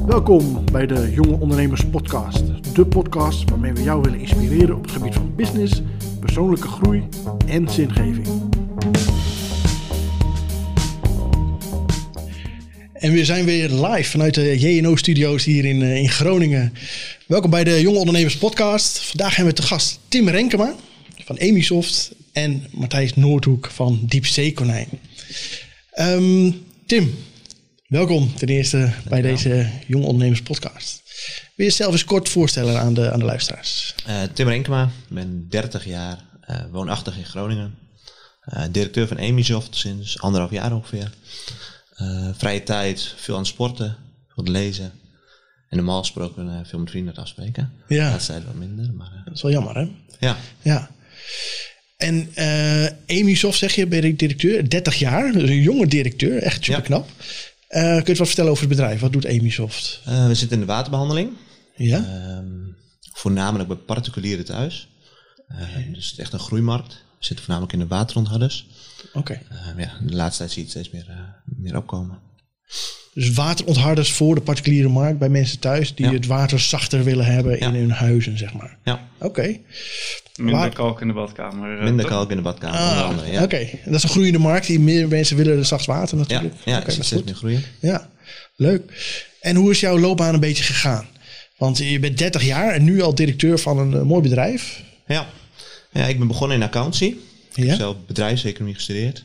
Welkom bij de Jonge Ondernemers Podcast. De podcast waarmee we jou willen inspireren op het gebied van business, persoonlijke groei en zingeving. En we zijn weer live vanuit de JNO-studio's hier in Groningen. Welkom bij de Jonge Ondernemers Podcast. Vandaag hebben we te gast Tim Renkema van Emisoft en Matthijs Noordhoek van Diepzeekonijn. Tim, welkom ten eerste bij deze Jonge Ondernemers Podcast. Wil je jezelf eens kort voorstellen aan de luisteraars? Tim Renkema, ben 30 jaar, woonachtig in Groningen. Directeur van Emisoft sinds 1,5 jaar ongeveer. Vrije tijd, veel aan het sporten, veel te lezen. En normaal gesproken veel met vrienden te afspreken. Ja. Dat is wat minder. Maar, dat is wel jammer, hè? Ja. En Emisoft, zeg je, ben je directeur, 30 jaar, dus een jonge directeur, echt super knap. Kun je wat vertellen over het bedrijf? Wat doet Emisoft? We zitten in de waterbehandeling. Ja? Voornamelijk bij particulieren thuis. Dus het is echt een groeimarkt. We zitten voornamelijk in de waterontharders. Oké. De laatste tijd zie je het steeds meer opkomen. Dus waterontharders voor de particuliere markt bij mensen thuis die het water zachter willen hebben in hun huizen, zeg maar. Ja. Oké. Minder kalk in de badkamer. Minder kalk in de badkamer, onder andere. Ja. Oké. En dat is een groeiende markt. Die meer mensen willen zacht water natuurlijk. Ja, ik zie steeds meer groeien. Ja, leuk. En hoe is jouw loopbaan een beetje gegaan? Want je bent 30 jaar en nu al directeur van een mooi bedrijf. Ja, ik ben begonnen in accountancy. Ik heb zelf bedrijfseconomie gestudeerd.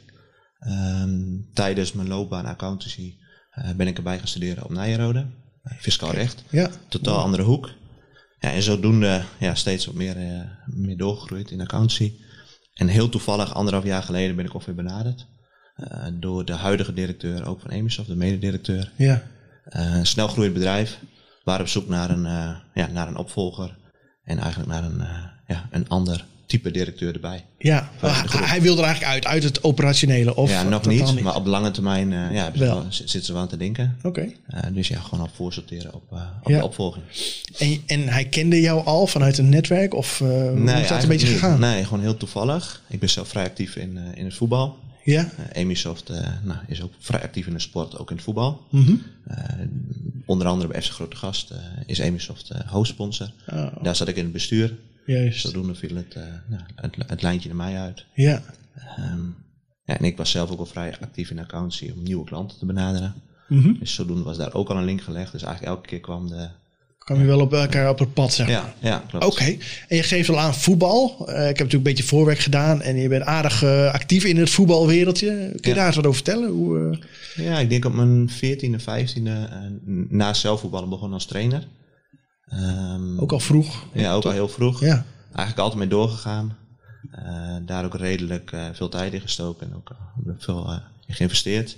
Tijdens mijn loopbaan accountancy ben ik erbij gaan studeren op Nyenrode. Fiscaal recht. Ja. Totaal andere hoek. Ja, en zodoende steeds wat meer doorgegroeid in accountancy. En heel toevallig 1,5 jaar geleden ben ik ongeveer benaderd. Door de huidige directeur, ook van Emisoft, de mededirecteur. Ja. Een snel groeiend bedrijf. We waren op zoek naar een opvolger. En eigenlijk naar een ander type directeur erbij. Ja, hij wilde er eigenlijk uit het operationele. Of nog niet, maar op lange termijn zitten ze wel aan te denken. Oké. Dus gewoon op voorsorteren op de opvolging. En hij kende jou al vanuit een netwerk? Of hoe is dat een beetje gegaan? Nee, gewoon heel toevallig. Ik ben zelf vrij actief in het voetbal. Ja. Emisoft is ook vrij actief in de sport, ook in het voetbal. Mm-hmm. Onder andere bij FC Grote Gast is Emisoft hoofdsponsor. Oh. Daar zat ik in het bestuur. Juist. Zodoende viel het lijntje naar mij uit. Ja. En ik was zelf ook al vrij actief in accountancy om nieuwe klanten te benaderen. Mm-hmm. Dus zodoende was daar ook al een link gelegd. Dus eigenlijk elke keer kwam je wel op elkaar op het pad, zeg maar. Ja, klopt. Oké. En je geeft al aan voetbal. Ik heb natuurlijk een beetje voorwerk gedaan. En je bent aardig actief in het voetbalwereldje. Kun je daar eens wat over vertellen? Ja, ik denk op mijn 14e, 15e na zelfvoetballen begonnen als trainer. Ook al vroeg? Ja, ook al heel vroeg. Ja. Eigenlijk altijd mee doorgegaan. Daar ook redelijk veel tijd in gestoken en ook veel in geïnvesteerd.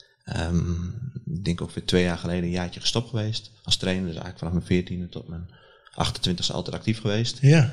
Ik denk ongeveer 2 jaar geleden een jaartje gestopt geweest als trainer. Dus eigenlijk vanaf mijn 14e tot mijn 28e altijd actief geweest. Ja.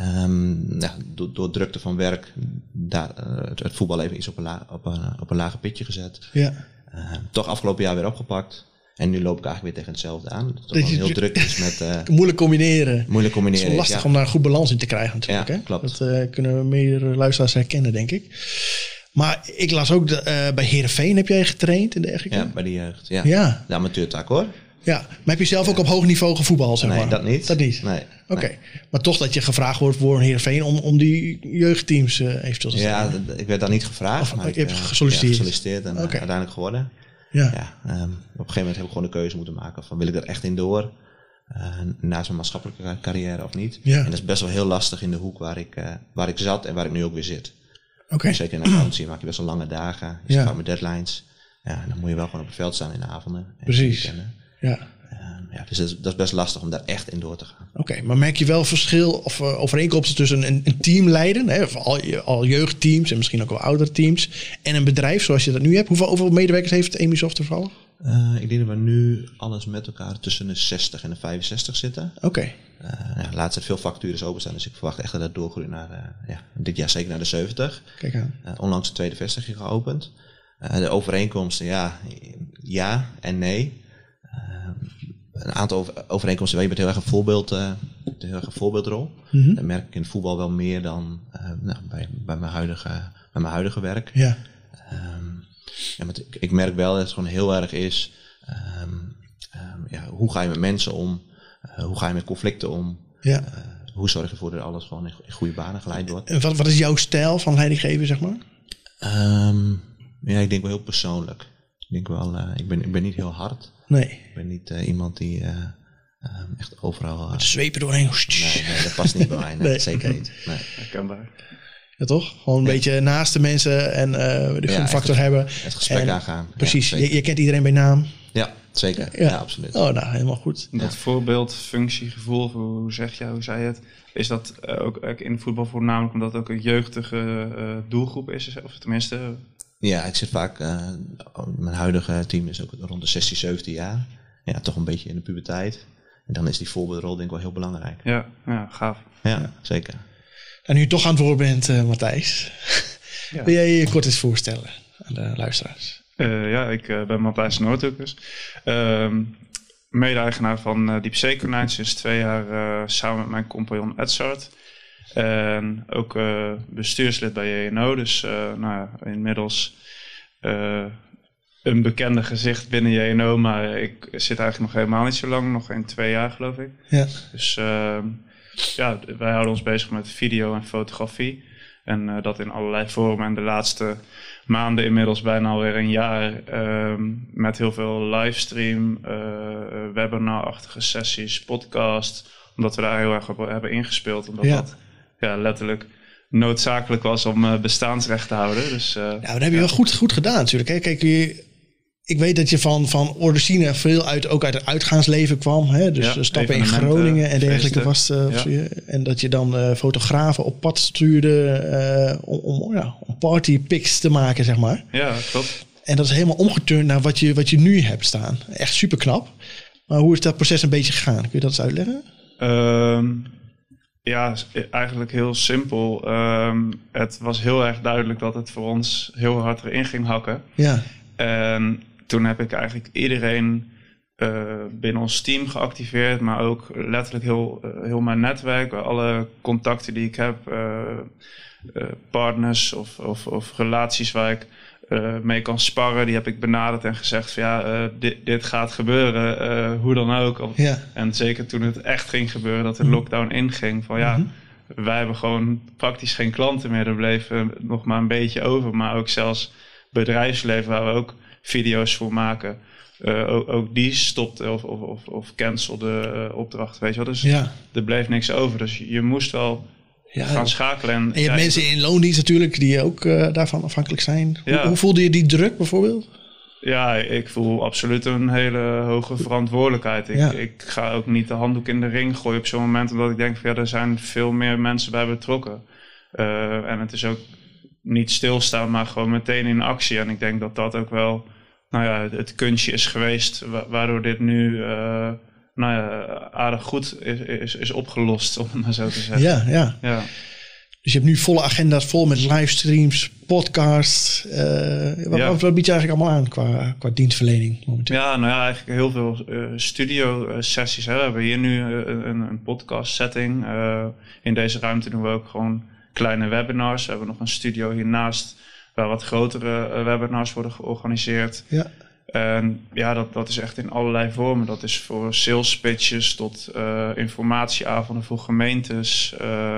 Door drukte van werk het voetbal even iets op een lager pitje gezet. Ja. Toch afgelopen jaar weer opgepakt. En nu loop ik eigenlijk weer tegen hetzelfde aan. Dat het toch heel druk is met... Moeilijk combineren. Het is wel lastig om daar een goed balans in te krijgen natuurlijk. Ja, hè? Klopt. Dat kunnen meerdere luisteraars herkennen, denk ik. Maar ik las ook, bij Heerenveen heb jij getraind en dergelijke? Ja, bij de jeugd. Ja. De amateurtak hoor. Ja, maar heb je zelf ook op hoog niveau gevoetbald, zeg maar? Nee, dat niet. Dat niet? Nee. Oké. Maar toch dat je gevraagd wordt voor een Heerenveen om die jeugdteams eventueel te zijn? Ja, ik werd dan niet gevraagd. Maar je hebt gesolliciteerd? Gesolliciteerd en uiteindelijk geworden. Ja. Op een gegeven moment heb ik gewoon de keuze moeten maken van wil ik er echt in door? Naast mijn maatschappelijke carrière of niet? Ja. En dat is best wel heel lastig in de hoek waar ik zat en waar ik nu ook weer zit. Okay. Zeker in accountancy maak je best wel lange dagen. Je zit met deadlines. Ja, en dan moet je wel gewoon op het veld staan in de avonden. Precies. Dus dat is best lastig om daar echt in door te gaan. Oké, maar merk je wel verschil of overeenkomsten tussen een team leiden, hè, of al jeugdteams en misschien ook wel oudere teams, en een bedrijf zoals je dat nu hebt? Hoeveel medewerkers heeft Emisoft toevallig? Ik denk dat we nu alles met elkaar tussen de 60 en de 65 zitten. Oké. Laatst zijn veel vacatures openstaan, dus ik verwacht echt dat het doorgroeit naar dit jaar zeker naar de 70. Kijk aan. Onlangs de tweede vestiging geopend. De overeenkomsten, ja en nee. Een aantal overeenkomsten, je bent heel erg een voorbeeldrol. Mm-hmm. Dat merk ik in het voetbal wel meer dan bij mijn huidige werk. Ja. Maar ik merk wel dat het gewoon heel erg is hoe ga je met mensen om? Hoe ga je met conflicten om? Ja. Hoe zorg je ervoor dat alles gewoon in goede banen geleid wordt? En wat is jouw stijl van leidinggeven, zeg maar? Ik denk wel heel persoonlijk. Ik denk wel, ik ben niet heel hard. Nee. Ik ben niet iemand die echt overal... met de zwepen doorheen. Nee, dat past niet bij mij. Nee. Zeker niet. Nee. Herkenbaar. Ja, toch? Gewoon een beetje naast de mensen en de gunfactor hebben. Het gesprek aangaan. Precies. Je kent iedereen bij naam. Ja, zeker. Ja, absoluut. Oh, nou, helemaal goed. Dat voorbeeld, functie, gevoel, hoe zei je het? Is dat ook in voetbal voornamelijk omdat het ook een jeugdige doelgroep is? Of tenminste... Ja, ik zit vaak... mijn huidige team is ook rond de 16, 17 jaar. Ja, toch een beetje in de puberteit. En dan is die voorbeeldrol denk ik wel heel belangrijk. Ja, gaaf. Ja, zeker. En nu je toch aan het woord bent, Matthijs. Ja. Wil jij je kort eens voorstellen aan de luisteraars? Ik ben Matthijs Noordhoekers. Mede-eigenaar van Diepzee Konijn sinds 2 jaar samen met mijn compagnon Edzard. En ook bestuurslid bij JNO. Dus inmiddels een bekende gezicht binnen JNO. Maar ik zit eigenlijk nog helemaal niet zo lang. Nog geen 2 jaar geloof ik. Ja. Dus wij houden ons bezig met video en fotografie. En dat in allerlei vormen. En de laatste maanden inmiddels bijna alweer een jaar met heel veel livestream, webinar-achtige sessies, podcast. Omdat we daar heel erg op hebben ingespeeld. Omdat dat letterlijk noodzakelijk was om bestaansrecht te houden. Dus, dat heb je wel goed gedaan natuurlijk. Hè? Kijk, ik weet dat je van origine veel uit het uitgaansleven kwam. Hè? Dus stappen in Groningen en dergelijke was. En dat je dan fotografen op pad stuurde om partypics te maken, zeg maar. Ja, klopt. En dat is helemaal omgeturnd naar wat je nu hebt staan. Echt super knap. Maar hoe is dat proces een beetje gegaan? Kun je dat eens uitleggen? Eigenlijk heel simpel. Het was heel erg duidelijk dat het voor ons heel hard erin ging hakken. Ja. En toen heb ik eigenlijk iedereen binnen ons team geactiveerd, maar ook letterlijk heel mijn netwerk, alle contacten die ik heb, partners of relaties waar ik mee kan sparren, die heb ik benaderd en gezegd van dit gaat gebeuren, hoe dan ook. En zeker toen het echt ging gebeuren, dat de lockdown inging, van wij hebben gewoon praktisch geen klanten meer. Er bleef nog maar een beetje over, maar ook zelfs bedrijfsleven waar we ook video's voor maken. Ook die stopte of cancelde opdracht, weet je wel. Dus er bleef niks over. Dus je moest wel gaan schakelen. En je hebt mensen in loondienst natuurlijk die ook daarvan afhankelijk zijn. Hoe voelde je die druk bijvoorbeeld? Ja, ik voel absoluut een hele hoge verantwoordelijkheid. Ik ga ook niet de handdoek in de ring gooien op zo'n moment, omdat ik denk van er zijn veel meer mensen bij betrokken. En het is ook niet stilstaan, maar gewoon meteen in actie. En ik denk dat dat ook wel het kunstje is geweest, waardoor dit nu aardig goed is opgelost, om het maar zo te zeggen. Ja. Dus je hebt nu volle agenda's vol met livestreams, podcasts. Wat bied je eigenlijk allemaal aan qua dienstverlening momenteel? Ja, eigenlijk heel veel studio-sessies. We hebben hier nu een podcast setting. In deze ruimte doen we ook gewoon kleine webinars. We hebben nog een studio hiernaast waar wat grotere webinars worden georganiseerd. Ja. En dat is echt in allerlei vormen. Dat is voor sales pitches tot informatieavonden voor gemeentes.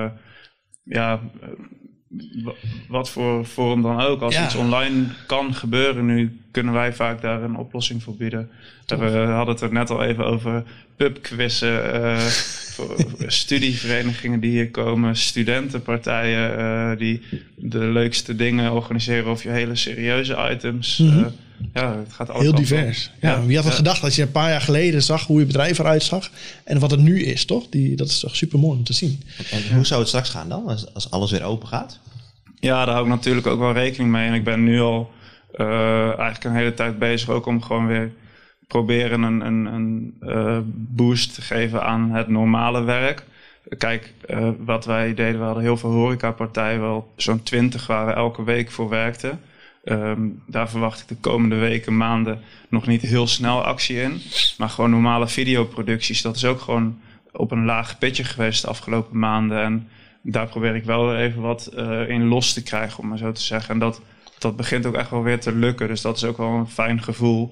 Wat voor vorm dan ook. Als iets online kan gebeuren nu, kunnen wij vaak daar een oplossing voor bieden. We hadden het er net al even over pubquizzen, studieverenigingen die hier komen, studentenpartijen die de leukste dingen organiseren of je hele serieuze items. Het gaat alles heel divers. Wie had het gedacht als je een paar jaar geleden zag hoe je bedrijf eruit zag en wat het nu is, toch? Dat is toch super mooi om te zien. En hoe zou het straks gaan dan, als alles weer open gaat? Ja, daar hou ik natuurlijk ook wel rekening mee. En ik ben nu al eigenlijk een hele tijd bezig ook om gewoon weer proberen een boost te geven aan het normale werk. Kijk, wat wij deden, we hadden heel veel horecapartijen, wel zo'n 20 waar we elke week voor werkten. Daar verwacht ik de komende weken, maanden nog niet heel snel actie in. Maar gewoon normale videoproducties, dat is ook gewoon op een laag pitje geweest de afgelopen maanden. En daar probeer ik wel even wat in los te krijgen, om maar zo te zeggen. En dat begint ook echt wel weer te lukken. Dus dat is ook wel een fijn gevoel.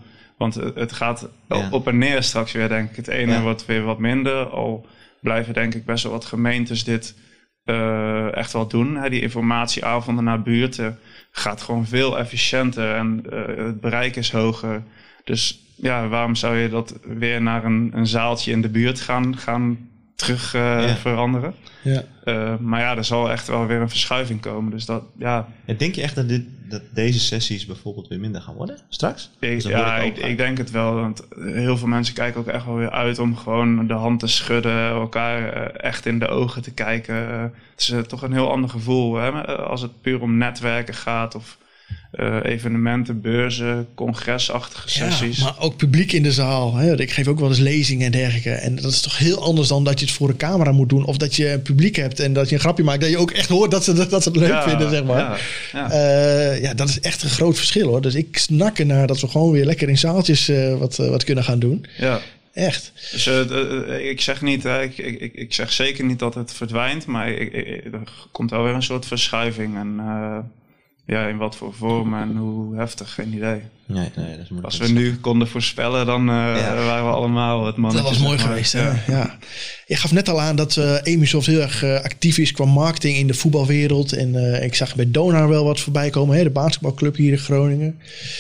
Want het gaat op en neer straks weer, denk ik. Het ene wordt weer wat minder. Al blijven denk ik best wel wat gemeentes dit echt wel doen. Hè? Die informatieavonden naar buurten gaat gewoon veel efficiënter. En het bereik is hoger. Dus ja, waarom zou je dat weer naar een zaaltje in de buurt gaan terug veranderen? Ja. Maar ja, er zal echt wel weer een verschuiving komen. Dus dat, ja. En denk je echt dat deze sessies bijvoorbeeld weer minder gaan worden straks? Ik denk het wel. Want heel veel mensen kijken ook echt wel weer uit om gewoon de hand te schudden, elkaar echt in de ogen te kijken. Het is toch een heel ander gevoel, hè? Als het puur om netwerken gaat of evenementen, beurzen, congresachtige sessies. Maar ook publiek in de zaal. Hè? Ik geef ook wel eens lezingen en dergelijke. En dat is toch heel anders dan dat je het voor een camera moet doen. Of dat je publiek hebt en dat je een grapje maakt. Dat je ook echt hoort dat ze het leuk vinden, zeg maar. Dat is echt een groot verschil, hoor. Dus ik snak ernaar dat we gewoon weer lekker in zaaltjes wat kunnen gaan doen. Ja. Echt. Dus ik zeg niet, ik zeg zeker niet dat het verdwijnt. Maar er komt wel weer een soort verschuiving. En in wat voor vorm en hoe heftig, geen idee. Nee, dat is moeilijk. Als we nu konden voorspellen, dan waren we allemaal het mannetje. Dat was mooi geweest, hè? Ja. Je gaf net al aan dat Emisoft heel erg actief is qua marketing in de voetbalwereld. En ik zag bij Donar wel wat voorbij komen, hè? De basketbalclub hier in Groningen.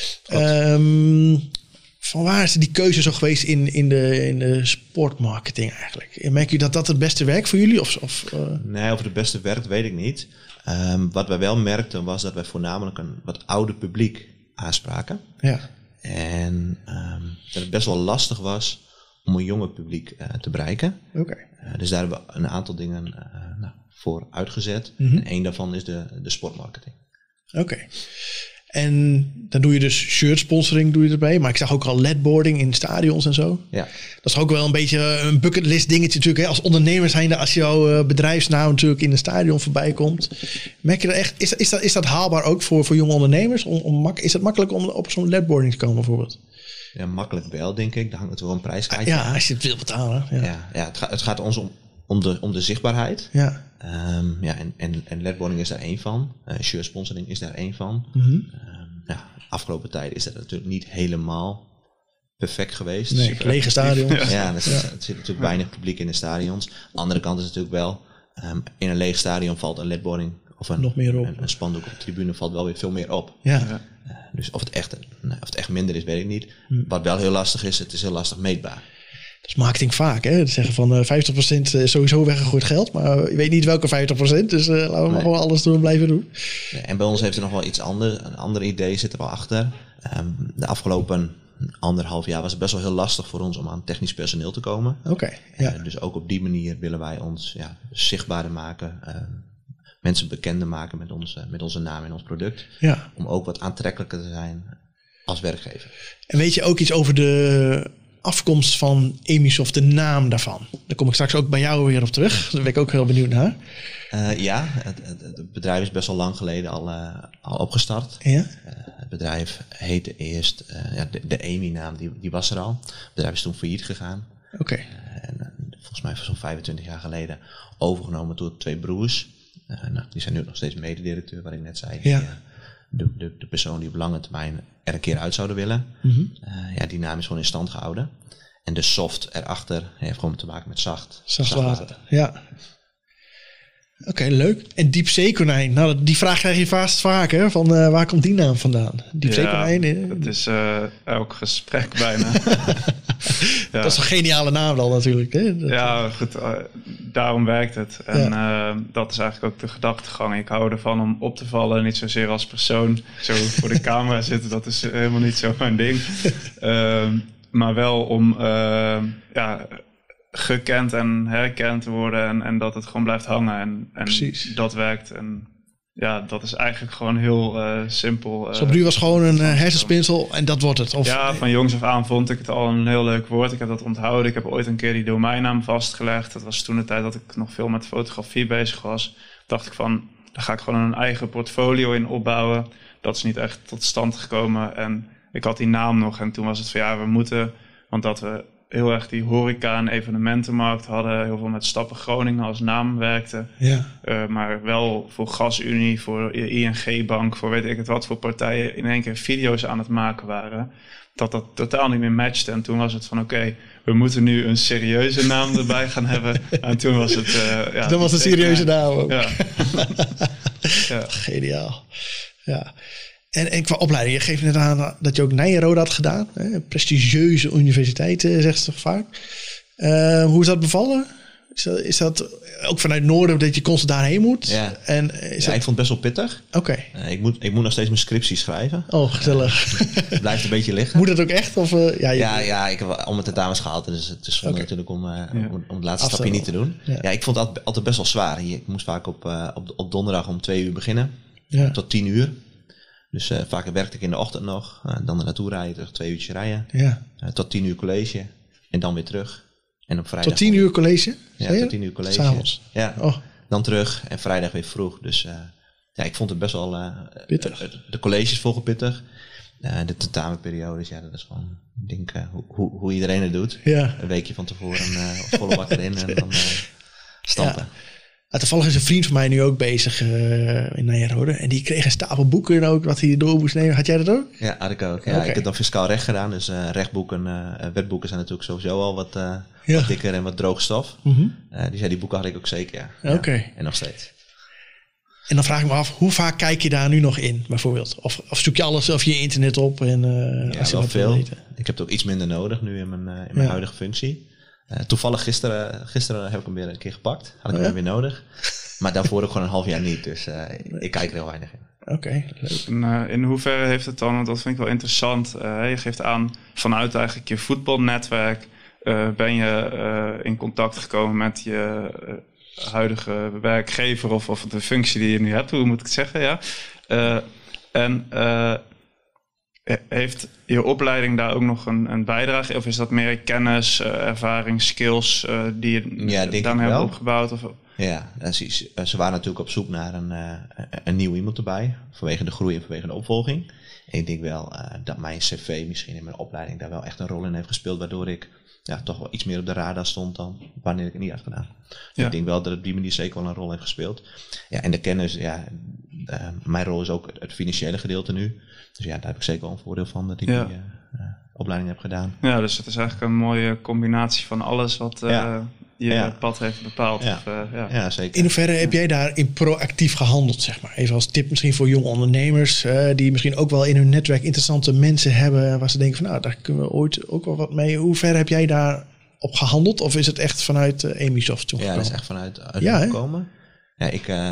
Van waar is die keuze zo geweest in de sportmarketing eigenlijk? Merk je dat het beste werkt voor jullie? Nee, of het beste werkt, weet ik niet. Wat wij wel merkten was dat wij voornamelijk een wat ouder publiek aanspraken. Ja. En dat het best wel lastig was om een jonger publiek te bereiken. Okay. Dus daar hebben we een aantal dingen voor uitgezet. Mm-hmm. En één daarvan is de sportmarketing. Oké. En dan doe je dus shirt sponsoring doe je erbij. Maar ik zag ook al ledboarding in stadions en zo. Ja. Dat is ook wel een beetje een bucketlist dingetje natuurlijk. Hè? Als ondernemer zijnde, als jouw bedrijfsnaam natuurlijk in een stadion voorbij komt. Merk je dat echt, is dat haalbaar ook voor jonge ondernemers? Is het makkelijk om op zo'n ledboarding te komen bijvoorbeeld? Ja, makkelijk wel, denk ik. Daar hangt natuurlijk wel een prijskaartje aan. Ja, als je het wil betalen. Ja, het gaat ons om de zichtbaarheid. Ja. En ledboarding is daar één van. Shirt sponsoring is daar één van. Mm-hmm. Afgelopen tijd is dat natuurlijk niet helemaal perfect geweest. Nee, lege stadions. Ja, er zit natuurlijk weinig publiek in de stadions. Andere kant is natuurlijk wel, in een leeg stadion valt een ledboarding of een spandoek op de tribune valt wel weer veel meer op. Ja. Dus of het echt minder is, weet ik niet. Wat wel heel lastig is, het is heel lastig meetbaar. Dat is marketing vaak, hè? Zeggen van 50% is sowieso weggegooid geld, maar je weet niet welke 50%, dus laten we maar gewoon alles doen en blijven doen. Ja, en bij ons heeft er nog wel iets anders, een ander idee zit er wel achter. De afgelopen 1,5 jaar was het best wel heel lastig voor ons om aan technisch personeel te komen. Okay, dus ook op die manier willen wij ons zichtbaarder maken, mensen bekender maken met onze naam en ons product. Ja. Om ook wat aantrekkelijker te zijn als werkgever. En weet je ook iets over de afkomst van Emisoft, de naam daarvan? Daar kom ik straks ook bij jou weer op terug. Daar ben ik ook heel benieuwd naar. Het bedrijf is best wel lang geleden al opgestart. Ja? Het bedrijf heette eerst, de Emi-naam, die was er al. Het bedrijf is toen failliet gegaan. Oké. En volgens mij zo'n 25 jaar geleden overgenomen door 2 broers. Die zijn nu nog steeds mededirecteur, wat ik net zei. Ja. De persoon die op lange termijn er een keer uit zouden willen. Mm-hmm. Die naam is gewoon in stand gehouden. En de soft erachter heeft gewoon te maken met zacht water. Ja. Oké, leuk. En diepzeekonijn. Nou, die vraag krijg je vast vaker. Van waar komt die naam vandaan? Diepzeekonijn. Ja, het is elk gesprek bijna. Dat is een geniale naam dan natuurlijk. Hè? Goed. Daarom werkt het. En dat is eigenlijk ook de gedachtegang. Ik hou ervan om op te vallen. Niet zozeer als persoon. Zo voor de camera zitten. Dat is helemaal niet zo mijn ding. Maar wel om gekend en herkend te worden. En dat het gewoon blijft hangen. En dat werkt. En ja, dat is eigenlijk gewoon heel simpel. Zo nu was gewoon een hersenspinsel en dat wordt het? Of? Ja, van jongs af aan vond ik het al een heel leuk woord. Ik heb dat onthouden. Ik heb ooit een keer die domeinnaam vastgelegd. Dat was toen de tijd dat ik nog veel met fotografie bezig was. Dacht ik van, daar ga ik gewoon een eigen portfolio in opbouwen. Dat is niet echt tot stand gekomen. En ik had die naam nog en toen was het van we moeten, want dat we heel erg die horeca- en evenementenmarkt hadden. Heel veel met Stappen Groningen als naam werkte. Ja. Maar wel voor GasUnie, voor ING-bank, voor weet ik het wat voor partijen in één keer video's aan het maken waren. Dat totaal niet meer matchte. En toen was het van oké, we moeten nu een serieuze naam erbij gaan hebben. En toen was het... dan was een serieuze naam ook. Ja. Ja. Geniaal. Ja. En qua opleiding, je geeft net aan dat je ook Nyenrode had gedaan. Hè? Prestigieuze universiteit, zegt ze toch vaak. Hoe is dat bevallen? Is dat ook vanuit Noorden dat je constant daarheen moet? Ja, en ik vond het best wel pittig. Oké. Ik moet nog steeds mijn scriptie schrijven. Oh, gezellig. Het blijft een beetje liggen. Moet dat ook echt? Of, Ja, ik heb om het tentamens gehaald. Dus het is zonde natuurlijk om het laatste stapje niet te doen. Ja, ik vond het altijd best wel zwaar. Ik moest vaak op donderdag om 2 uur beginnen. Ja. Tot 10 uur. Dus vaak werkte ik in de ochtend nog. Dan er naartoe rijden, terug 2 uurtjes rijden. Ja. Tot 10 uur college. En dan weer terug. En op vrijdag... Tot 10 uur college? Ja, tot 10 uur college. 'S'avonds? Ja, dan terug. En vrijdag weer vroeg. Dus ik vond het best wel... pittig. De colleges volgen pittig. De tentamenperiodes, dat is gewoon... Ik denk hoe iedereen het doet. Ja. Een weekje van tevoren volle bak erin en dan stampen. Ja. Toevallig is een vriend van mij nu ook bezig in Nyenrode. En die kreeg een stapel boeken ook, wat hij door moest nemen. Had jij dat ook? Ja, had ik ook. Ja, okay. Ik heb dan fiscaal recht gedaan. Dus rechtboeken, wetboeken zijn natuurlijk sowieso al wat dikker en wat droge stof. Mm-hmm. Dus die boeken had ik ook zeker, ja. Oké. En nog steeds. En dan vraag ik me af, hoe vaak kijk je daar nu nog in, bijvoorbeeld? Of zoek je alles of je internet op? En, als je wel veel. Ik heb het ook iets minder nodig nu in mijn huidige functie. Toevallig gisteren heb ik hem weer een keer gepakt. Had ik hem weer nodig. Maar daarvoor ook gewoon een half jaar niet. Dus ik kijk er heel weinig in. Oké, leuk. En, in hoeverre heeft het dan, want dat vind ik wel interessant. Je geeft aan, vanuit eigenlijk je voetbalnetwerk ben je in contact gekomen met je huidige werkgever of de functie die je nu hebt. Hoe moet ik het zeggen? Ja. Heeft je opleiding daar ook nog een bijdrage? Of is dat meer kennis, ervaring, skills die je dan hebt opgebouwd? Of? Ja, ze waren natuurlijk op zoek naar een nieuw iemand erbij. Vanwege de groei en vanwege de opvolging. En ik denk wel dat mijn cv misschien in mijn opleiding daar wel echt een rol in heeft gespeeld. Waardoor ik toch wel iets meer op de radar stond dan wanneer ik het niet had gedaan. Ja. Ik denk wel dat het op die manier zeker wel een rol heeft gespeeld. Ja, en de kennis, mijn rol is ook het financiële gedeelte nu. Dus daar heb ik zeker wel een voordeel van dat ik die opleiding heb gedaan. Ja, dus het is eigenlijk een mooie combinatie van alles wat je pad heeft bepaald. Ja. Ja, zeker. In hoeverre heb jij daarin proactief gehandeld, zeg maar? Even als tip misschien voor jonge ondernemers die misschien ook wel in hun netwerk interessante mensen hebben waar ze denken van daar kunnen we ooit ook wel wat mee. Hoe ver heb jij daar op gehandeld? Of is het echt vanuit Emisoft toegekomen? Ja, dat is echt vanuit gekomen. Ja,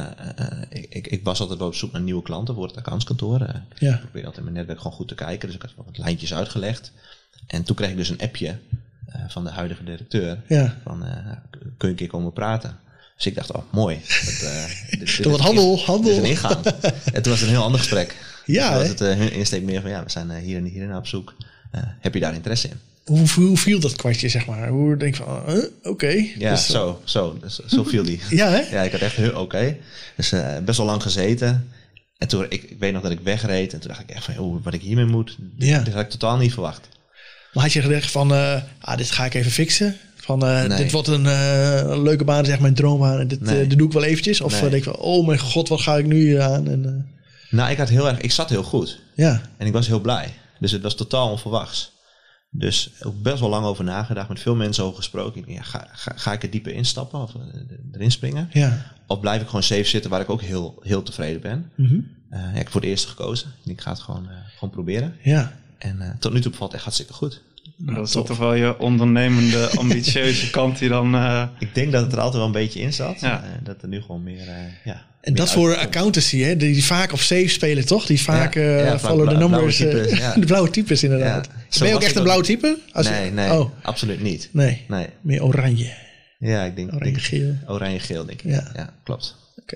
ik was altijd wel op zoek naar nieuwe klanten voor het accountskantoor. Ik probeerde altijd in mijn netwerk gewoon goed te kijken. Dus ik had wat lijntjes uitgelegd. En toen kreeg ik dus een appje van de huidige directeur. Ja. Van, kun je een keer komen praten? Dus ik dacht, mooi. Dit wat handel. Dit is een ingang. En toen was het een heel ander gesprek. Ja, toen was het een insteek meer van, we zijn hier en hierin op zoek. Heb je daar interesse in? Hoe viel dat kwartje, zeg maar? Hoe denk je van, oké. Ja, dus, zo viel die. Ja, hè? Ja, ik had echt oké. Dus best wel lang gezeten. En toen, ik weet nog dat ik wegreed. En toen dacht ik echt van, wat ik hiermee moet. Dit had ik totaal niet verwacht. Maar had je gedacht van, dit ga ik even fixen? Van, nee. Dit wordt een leuke baan, zeg maar, een droombaan. En dit doe ik wel eventjes? Of denk je van, oh mijn god, wat ga ik nu hier aan? En, Nou, ik zat heel goed. Ja. En ik was heel blij. Dus het was totaal onverwachts. Dus ook best wel lang over nagedacht, met veel mensen over gesproken. Ga ik er dieper instappen of erin springen? Ja. Of blijf ik gewoon safe zitten, waar ik ook heel, heel tevreden ben? Mm-hmm. Ik heb voor het eerste gekozen. Ik ga het gewoon proberen. Ja. En tot nu toe bevalt het echt hartstikke goed. Dat is toch wel je ondernemende, ambitieuze kant die dan... Ik denk dat het er altijd wel een beetje in zat. Ja. Dat er nu gewoon meer... en dat voor accountancy, hè? Die vaak op safe spelen, toch? Die vaak follow the numbers. De blauwe types, inderdaad. Ja. Ben je ook echt een blauw type? Nee, absoluut niet. Nee, meer oranje. Ja, ik denk... Oranje-geel. Oranje-geel, denk ik. Ja, klopt. Oké.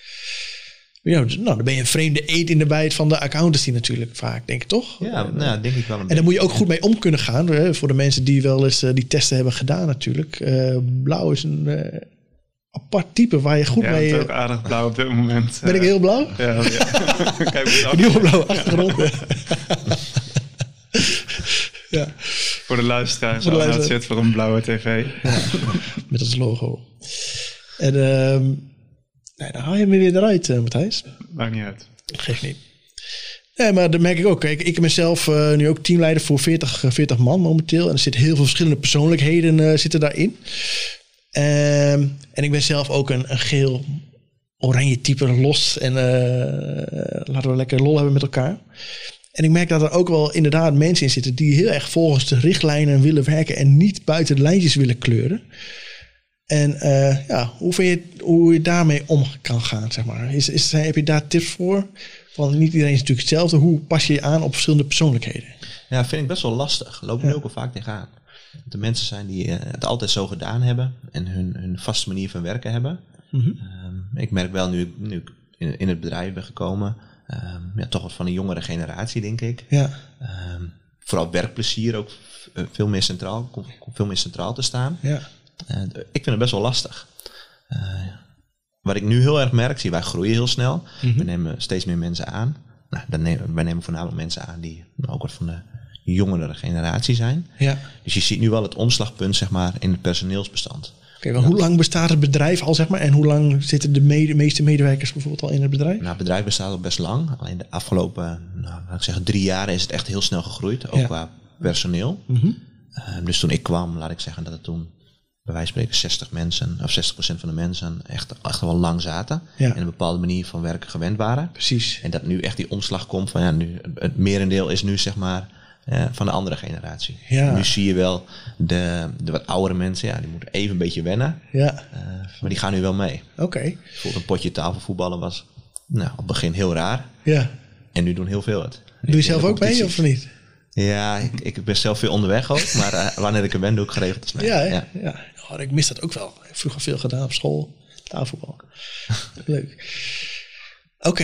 Ja, dus, dan ben je een vreemde eet in de bijt van de accountancy natuurlijk vaak, denk ik, toch? Ja, denk ik wel een En daar moet je ook goed mee om kunnen gaan. Hè? Voor de mensen die wel eens die testen hebben gedaan natuurlijk. Blauw is een apart type waar je goed mee... Ja, het is ook aardig blauw op dit moment. Ben ik heel blauw? Ja. Kijk, een heel blauwe achtergrond. Ja. Voor de luisteraars, dat zit voor een blauwe tv. Ja, met ons logo. En dan haal je me weer eruit, Matthijs. Maakt niet uit. Geeft niet. Nee, maar dat merk ik ook. Kijk, ik ben zelf nu ook teamleider voor 40 man momenteel. En er zitten heel veel verschillende persoonlijkheden zitten daarin. En ik ben zelf ook een geel oranje type los. En laten we lekker lol hebben met elkaar. En ik merk dat er ook wel inderdaad mensen in zitten die heel erg volgens de richtlijnen willen werken en niet buiten de lijntjes willen kleuren. En hoe je daarmee om kan gaan, zeg maar. Heb je daar tips voor? Want niet iedereen is natuurlijk hetzelfde. Hoe pas je je aan op verschillende persoonlijkheden? Ja, vind ik best wel lastig. Loop ik ook al vaak tegenaan. De mensen zijn die het altijd zo gedaan hebben en hun vaste manier van werken hebben. Mm-hmm. Ik merk wel nu ik in het bedrijf ben gekomen, toch wat van een jongere generatie, denk ik. Ja. Vooral werkplezier ook veel meer centraal te staan. Ja. Ik vind het best wel lastig. Wat ik nu heel erg merk, wij groeien heel snel. Mm-hmm. We nemen steeds meer mensen aan. Wij nemen voornamelijk mensen aan die ook wat van de jongere generatie zijn. Ja. Dus je ziet nu wel het omslagpunt, zeg maar, in het personeelsbestand. Okay, hoe lang bestaat het bedrijf al, zeg maar? En hoe lang zitten de meeste medewerkers bijvoorbeeld al in het bedrijf? Nou, het bedrijf bestaat al best lang. Alleen de afgelopen, 3 jaar is het echt heel snel gegroeid. Ook qua personeel. Mm-hmm. Dus toen ik kwam, laat ik zeggen dat het toen bij wijze van spreken 60 mensen of 60% van de mensen echt wel lang zaten. Ja. En een bepaalde manier van werken gewend waren. Precies. En dat nu echt die omslag komt van nu het merendeel is nu, zeg maar, van de andere generatie. Ja. Nu zie je wel de wat oudere mensen, die moeten even een beetje wennen. Ja. Maar die gaan nu wel mee. Oké. Bijvoorbeeld een potje tafelvoetballen was op het begin heel raar. Ja. En nu doen heel veel het. Doe je zelf ook mee of niet? Ja, ik ben zelf veel onderweg ook. Maar wanneer ik er ben, doe ik geregeld mee. Ja. Oh, ik mis dat ook wel. Ik heb vroeger veel gedaan op school. Tafelvoetbal. Leuk. Oké,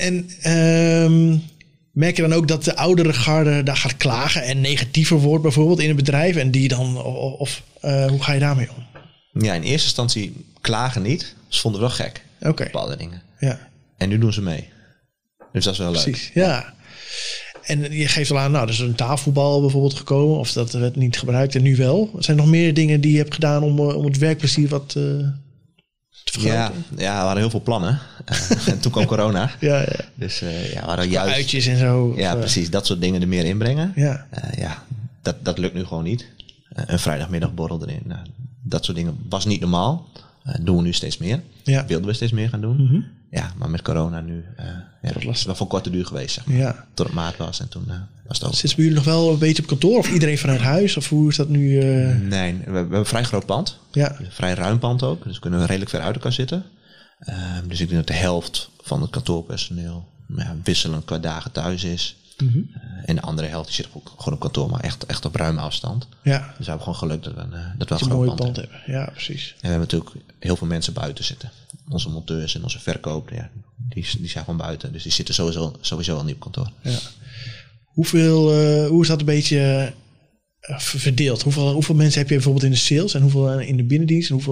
en merk je dan ook dat de oudere garde daar gaat klagen en negatiever wordt bijvoorbeeld in het bedrijf? En die dan, hoe ga je daarmee om? Ja, in eerste instantie klagen niet. Ze vonden het wel gek. Okay. Bepaalde dingen. Ja. En nu doen ze mee. Dus dat is wel leuk. Precies, ja. En je geeft al aan, er is een tafelvoetbal bijvoorbeeld gekomen. Of dat werd niet gebruikt en nu wel. Er zijn nog meer dingen die je hebt gedaan om het werkplezier wat te vergroten? Ja, we hadden heel veel plannen. En toen kwam corona. Ja. Dus we hadden juist uitjes en zo. Ja, precies. Dat soort dingen er meer inbrengen. Ja. Dat lukt nu gewoon niet. Een vrijdagmiddagborrel erin. Dat soort dingen was niet normaal. Doen we nu steeds meer. Ja. Wilden we steeds meer gaan doen. Mm-hmm. Ja, maar met corona nu, dat was wel voor korte duur geweest, zeg maar. Ja. Tot het maart was en toen was het over. Zitten jullie nog wel een beetje op kantoor of iedereen vanuit huis? Of hoe is dat nu? Nee, we hebben een vrij groot pand. Ja. Een vrij ruim pand ook, dus we kunnen redelijk ver uit elkaar zitten. Dus ik denk dat de helft van het kantoorpersoneel wisselend qua dagen thuis is. Mm-hmm. En de andere helft die zit ook gewoon op kantoor, maar echt op ruime afstand. Ja. Dus we hebben gewoon geluk dat we een groot pand hebben. Ja, precies. En we hebben natuurlijk heel veel mensen buiten zitten. Onze monteurs en onze verkoop, die zijn gewoon buiten. Dus die zitten sowieso al niet op kantoor. Ja. Hoe is dat een beetje verdeeld? Hoeveel mensen heb je bijvoorbeeld in de sales en hoeveel in de binnendienst? En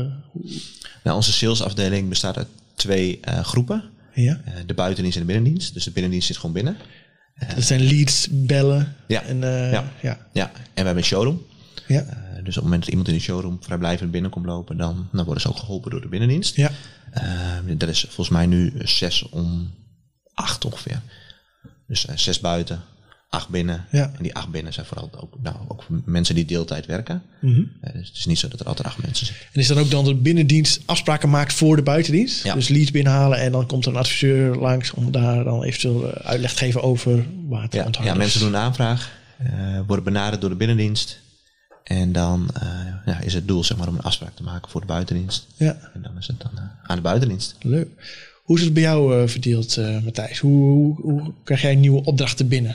Onze salesafdeling bestaat uit 2 groepen. Ja. De buitendienst en de binnendienst. Dus de binnendienst zit gewoon binnen. Dat zijn leads, bellen. Ja. En we hebben een showroom. Ja. Dus op het moment dat iemand in de showroom vrijblijvend binnen komt lopen, dan worden ze ook geholpen door de binnendienst. Ja. Dat is volgens mij nu 7 om 8 ongeveer. Dus 6 buiten, 8 binnen. Ja. En die 8 binnen zijn vooral ook mensen die deeltijd werken. Mm-hmm. Dus het is niet zo dat er altijd 8 mensen zijn. En is dan ook dan de binnendienst afspraken maakt voor de buitendienst? Ja. Dus leads binnenhalen en dan komt er een adviseur langs om daar dan eventueel uitleg te geven over waar het onthouden is. Ja, mensen doen een aanvraag, worden benaderd door de binnendienst. En dan is het doel, zeg maar, om een afspraak te maken voor de buitendienst. Ja. En dan is het dan aan de buitendienst. Leuk. Hoe is het bij jou verdeeld, Matthijs? Hoe krijg jij nieuwe opdrachten binnen?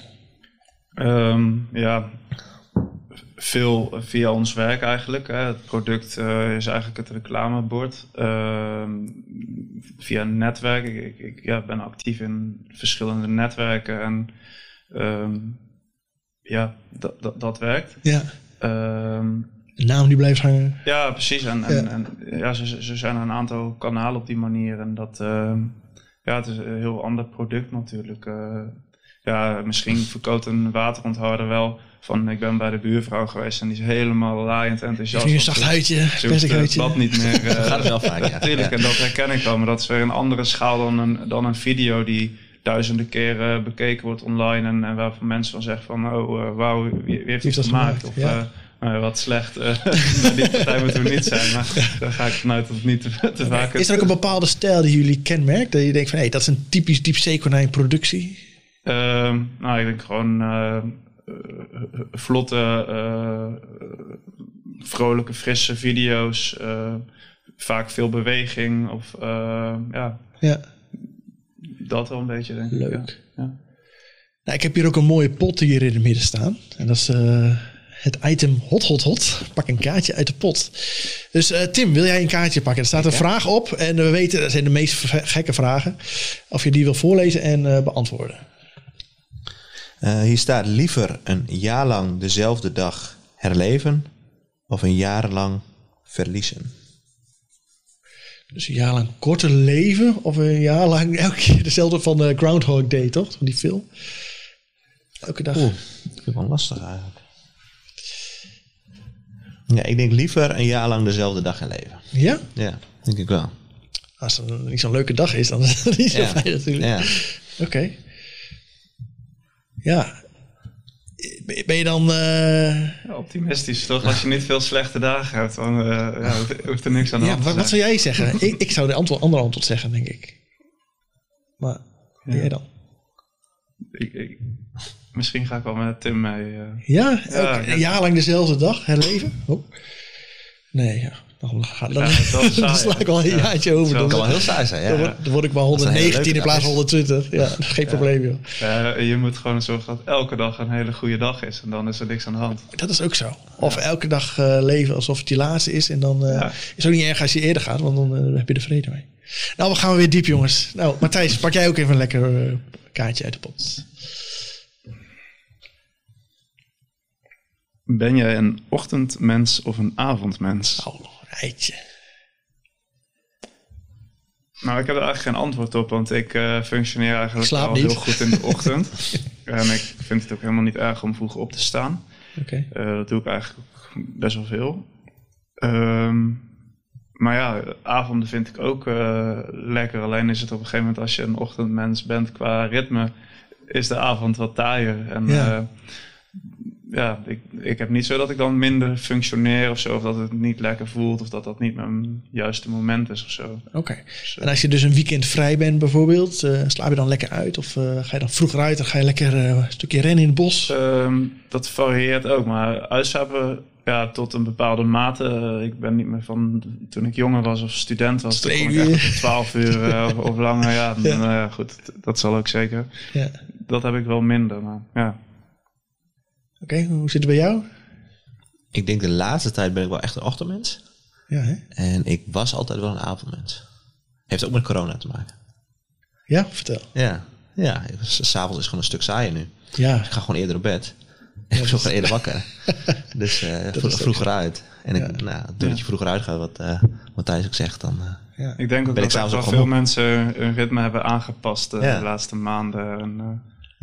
Veel via ons werk eigenlijk. Hè. Het product is eigenlijk het reclamebord. Via een netwerk. Ik ben actief in verschillende netwerken. En dat werkt. Ja. De naam die blijft hangen. Ja, precies. En ze zijn een aantal kanalen op die manier. En dat het is een heel ander product natuurlijk. misschien verkoopt een wateronthouder wel van ik ben bij de buurvrouw geweest en die is helemaal laaiend enthousiast. Een zacht huidje, plastic huidje. Dat niet meer. Gaat het wel vaak, ja. Tuurlijk, en dat herken ik wel, maar dat is weer een andere schaal dan een video die duizenden keren bekeken wordt online en waarvan mensen dan zeggen van wauw, wie heeft dit gemaakt? Of wat slecht, die partij moeten we niet zijn, maar daar ga ik vanuit dat het niet te vaak is er ook een bepaalde stijl die jullie kenmerkt? Dat je denkt van dat is een typisch diepzeekonijn productie? Ik denk gewoon vlotte, vrolijke, frisse video's. Vaak veel beweging. Of dat wel een beetje, denk ik. Leuk. Ja. Nou, ik heb hier ook een mooie pot hier in het midden staan. En dat is het item hot. Pak een kaartje uit de pot. Dus Tim, wil jij een kaartje pakken? Er staat een vraag op. En we weten, dat zijn de meest gekke vragen. Of je die wil voorlezen en beantwoorden. Hier staat liever een jaar lang dezelfde dag herleven of een jaar lang verliezen. Dus een jaar lang korter leven of een jaar lang elke keer dezelfde van Groundhog Day, toch? Van die film. Elke dag. Dat vind ik wel lastig eigenlijk. Ja, ik denk liever een jaar lang dezelfde dag herleven. Ja? Ja, denk ik wel. Als het niet zo'n leuke dag is, dan is het niet zo fijn natuurlijk. Ja. Oké. Ja. Ben je dan... optimistisch, toch? Als je niet veel slechte dagen hebt, dan hoeft er niks aan de hand te zijn. Wat zou jij zeggen? Ik zou de andere antwoord zeggen, denk ik. Maar jij dan? Misschien ga ik wel met Tim mee. Een jaar lang dezelfde dag herleven? Oh. Nee, ja. Dan sla ik wel een jaartje over. Dat kan wel heel saai zijn, ja. Dan word ik maar 119 in plaats van 120. Ja, geen probleem, joh. Je moet gewoon zorgen dat elke dag een hele goede dag is. En dan is er niks aan de hand. Dat is ook zo. Of elke dag leven alsof het je laatste is. En dan is het ook niet erg als je eerder gaat. Want dan heb je er vrede mee. Nou, we gaan weer diep, jongens. Nou, Matthijs, pak jij ook even een lekker kaartje uit de pot. Ben jij een ochtendmens of een avondmens? Rijtje. Nou, ik heb er eigenlijk geen antwoord op, want ik functioneer eigenlijk al heel goed in de ochtend. En ik vind het ook helemaal niet erg om vroeg op te staan. Okay. Dat doe ik eigenlijk best wel veel. Maar ja, avonden vind ik ook lekker. Alleen is het op een gegeven moment, als je een ochtendmens bent qua ritme, is de avond wat taaier. En ik heb niet zo dat ik dan minder functioneer of zo. Of dat het niet lekker voelt. Of dat niet mijn juiste moment is of zo. Oké. En als je dus een weekend vrij bent bijvoorbeeld. Slaap je dan lekker uit? Of ga je dan vroeger uit? Dan ga je lekker een stukje rennen in het bos? Dat varieert ook. Maar uitslapen tot een bepaalde mate. Ik ben niet meer van toen ik jonger was of student was. Toen kon ik echt tot 12 uur of langer. Ja, goed, dat zal ook zeker. Ja. Dat heb ik wel minder. Maar ja. Oké, hoe zit het bij jou? Ik denk de laatste tijd ben ik wel echt een ochtendmens. Ja, hè? En ik was altijd wel een avondmens. Heeft ook met corona te maken. Ja, vertel. Ja, 's avonds is gewoon een stuk saaier nu. Ja. Ik ga gewoon eerder op bed. En ik word eerder wakker. Dus vroeger uit. En doordat je vroeger uitgaat, wat Thijs ook zegt, dan ik denk ook dat wel veel mensen hun ritme hebben aangepast de laatste maanden. En,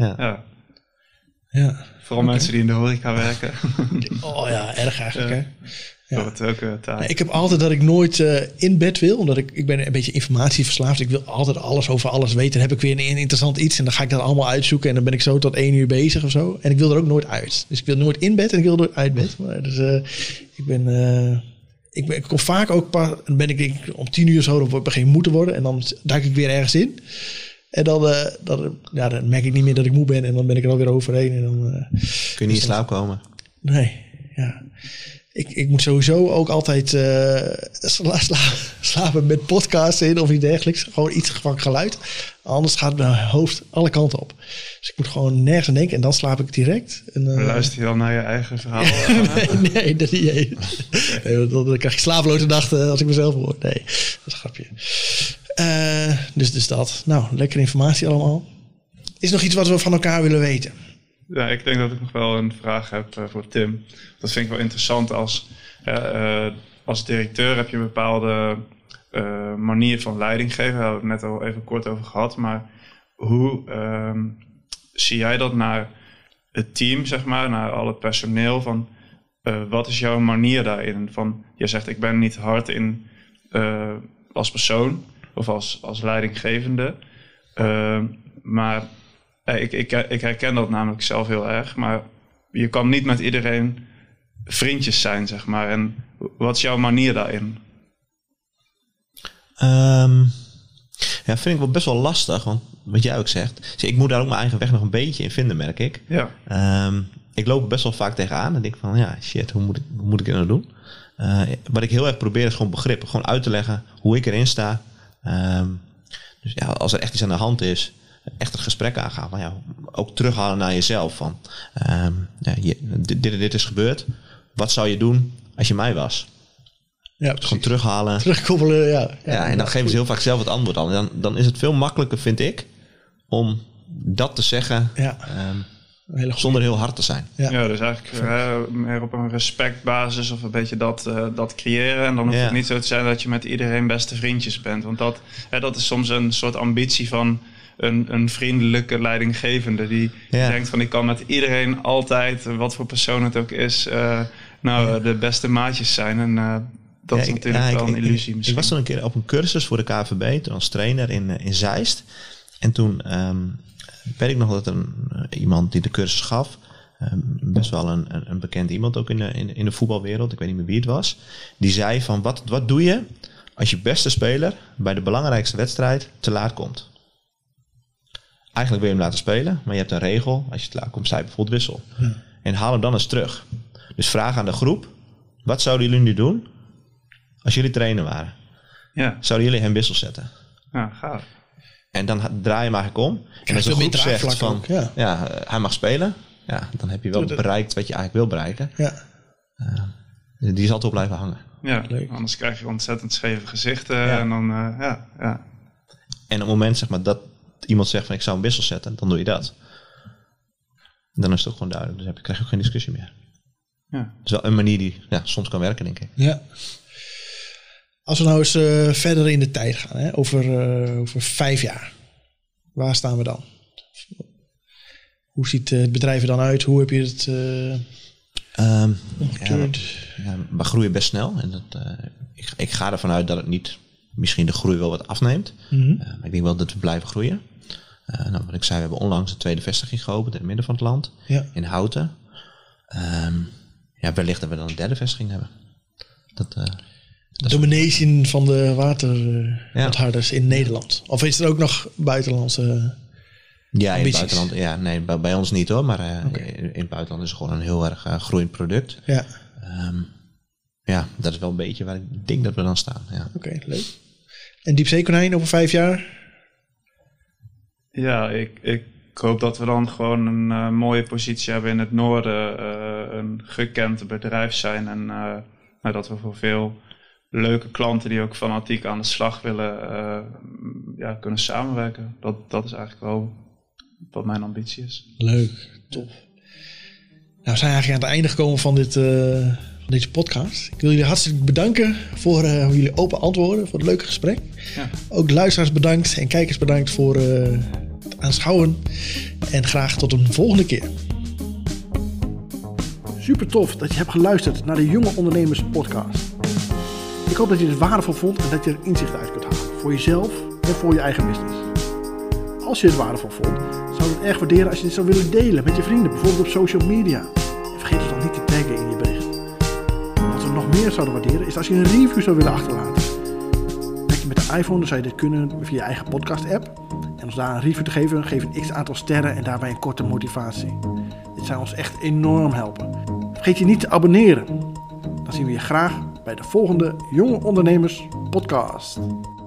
Ja. Vooral mensen die in de horeca werken. Oh ja, erg eigenlijk, hè? Ja. Dat ook taai. Ik heb altijd dat ik nooit in bed wil, omdat ik ben een beetje informatieverslaafd. Ik wil altijd alles over alles weten. Dan heb ik weer een interessant iets en dan ga ik dat allemaal uitzoeken. En dan ben ik zo tot 1 uur bezig of zo. En ik wil er ook nooit uit. Dus ik wil nooit in bed en ik wil nooit uit bed. Maar dus ik kom vaak ook dan ben ik om 10 uur zo, dan begin ik moe te worden. En dan duik ik weer ergens in. En dan merk ik niet meer dat ik moe ben. En dan ben ik er alweer overheen. En dan, kun je niet in slaap komen? Nee, ja. Ik moet sowieso ook altijd slapen met podcasts in of iets dergelijks. Gewoon iets van geluid. Anders gaat mijn hoofd alle kanten op. Dus ik moet gewoon nergens aan denken en dan slaap ik direct. En, luister je dan naar je eigen verhaal? Nee, dat niet. Nee, dan krijg ik slapeloze nachten als ik mezelf hoor. Nee, dat is een grapje. Dus dat. Nou, lekkere informatie allemaal. Is er nog iets wat we van elkaar willen weten? Ja, ik denk dat ik nog wel een vraag heb voor Tim. Dat vind ik wel interessant. Als directeur heb je een bepaalde manier van leiding geven. Daar hebben we het net al even kort over gehad. Maar hoe zie jij dat naar het team, zeg maar, naar al het personeel? Van, wat is jouw manier daarin? Van, je zegt, ik ben niet hard in als persoon of als leidinggevende. Maar ik herken dat namelijk zelf heel erg. Maar je kan niet met iedereen vriendjes zijn, zeg maar. En wat is jouw manier daarin? Ja, vind ik wel best wel lastig. Want wat jij ook zegt, ik moet daar ook mijn eigen weg nog een beetje in vinden, merk ik. Ja. Ik loop er best wel vaak tegenaan en denk van, ja, shit, hoe moet ik het nou doen? Wat ik heel erg probeer is gewoon begrip. Gewoon uit te leggen hoe ik erin sta. Dus ja, als er echt iets aan de hand is, echt het gesprek aangaan. Van, ja, ook terughalen naar jezelf. Van, dit is gebeurd. Wat zou je doen als je mij was? Ja, gewoon terughalen. Terugkoppelen, ja. Ja, en dan geven ze heel vaak zelf het antwoord al. En dan is het veel makkelijker, vind ik, om dat te zeggen zonder heel hard te zijn. Ja, dus eigenlijk meer op een respectbasis of een beetje dat creëren. En dan hoeft het niet zo te zijn dat je met iedereen beste vriendjes bent. Want dat is soms een soort ambitie van een vriendelijke leidinggevende. Die denkt van, ik kan met iedereen altijd, wat voor persoon het ook is, de beste maatjes zijn. En dat is natuurlijk wel een illusie misschien. Ik was toen een keer op een cursus voor de KVB, toen als trainer in Zeist. En toen weet ik nog dat iemand die de cursus gaf, best wel een bekend iemand ook in de voetbalwereld, ik weet niet meer wie het was, die zei van, wat doe je als je beste speler bij de belangrijkste wedstrijd te laat komt? Eigenlijk wil je hem laten spelen, maar je hebt een regel, als je te laat komt, sta je bijvoorbeeld wissel. Ja. En haal hem dan eens terug. Dus vraag aan de groep, wat zouden jullie nu doen als jullie trainer waren? Ja. Zouden jullie hem wissel zetten? Ja, gaaf. En dan draai je maar om. En als de groep zegt van, ook, hij mag spelen. Ja, dan heb je wel bereikt wat je eigenlijk wil bereiken. Ja. Die zal toch blijven hangen. Ja, leuk. Anders krijg je ontzettend scheve gezichten. Ja. En dan, En op het moment, zeg maar, dat iemand zegt van, ik zou een wissel zetten, dan doe je dat. Dan is het ook gewoon duidelijk. Dus krijg je ook geen discussie meer. Ja. Het is wel een manier die soms kan werken, denk ik. Ja. Als we nou eens verder in de tijd gaan, hè, over 5 jaar. Waar staan we dan? Hoe ziet het bedrijf er dan uit? Hoe heb je het we groeien best snel. En ik ga ervan uit dat het niet, misschien de groei wel wat afneemt. Mm-hmm. Maar ik denk wel dat we blijven groeien. Wat ik zei, we hebben onlangs een 2e vestiging geopend in het midden van het land. Ja. In Houten. Wellicht dat we dan een 3e vestiging hebben. Domination van de waterharders in Nederland. Of is er ook nog buitenlandse in het buitenland. Ja, nee, bij ons niet hoor. Maar in het buitenland is het gewoon een heel erg groeiend product. Ja. Dat is wel een beetje waar ik denk dat we dan staan. Ja. Oké, leuk. En diepzeekonijn over 5 jaar? Ja, ik hoop dat we dan gewoon een mooie positie hebben in het noorden. Een gekend bedrijf zijn. En dat we voor veel leuke klanten die ook fanatiek aan de slag willen kunnen samenwerken. Dat is eigenlijk wel wat mijn ambitie is. Leuk, tof. Nou, we zijn eigenlijk aan het einde gekomen van deze podcast. Ik wil jullie hartstikke bedanken voor jullie open antwoorden, voor het leuke gesprek. Ja. Ook de luisteraars bedankt en kijkers bedankt voor het aanschouwen. En graag tot een volgende keer. Super tof dat je hebt geluisterd naar de Jonge Ondernemers podcast. Ik hoop dat je het waardevol vond en dat je er inzicht uit kunt halen. Voor jezelf en voor je eigen business. Als je het waardevol vond, zou ik het erg waarderen als je dit zou willen delen met je vrienden. Bijvoorbeeld op social media. En vergeet het dan niet te taggen in je bericht. Wat we nog meer zouden waarderen is als je een review zou willen achterlaten. Werk je met de iPhone, dan zou je dit kunnen via je eigen podcast app. En ons daar een review te geven, geef een x-aantal sterren en daarbij een korte motivatie. Dit zou ons echt enorm helpen. Vergeet je niet te abonneren. Dan zien we je graag bij de volgende Jonge Ondernemers podcast.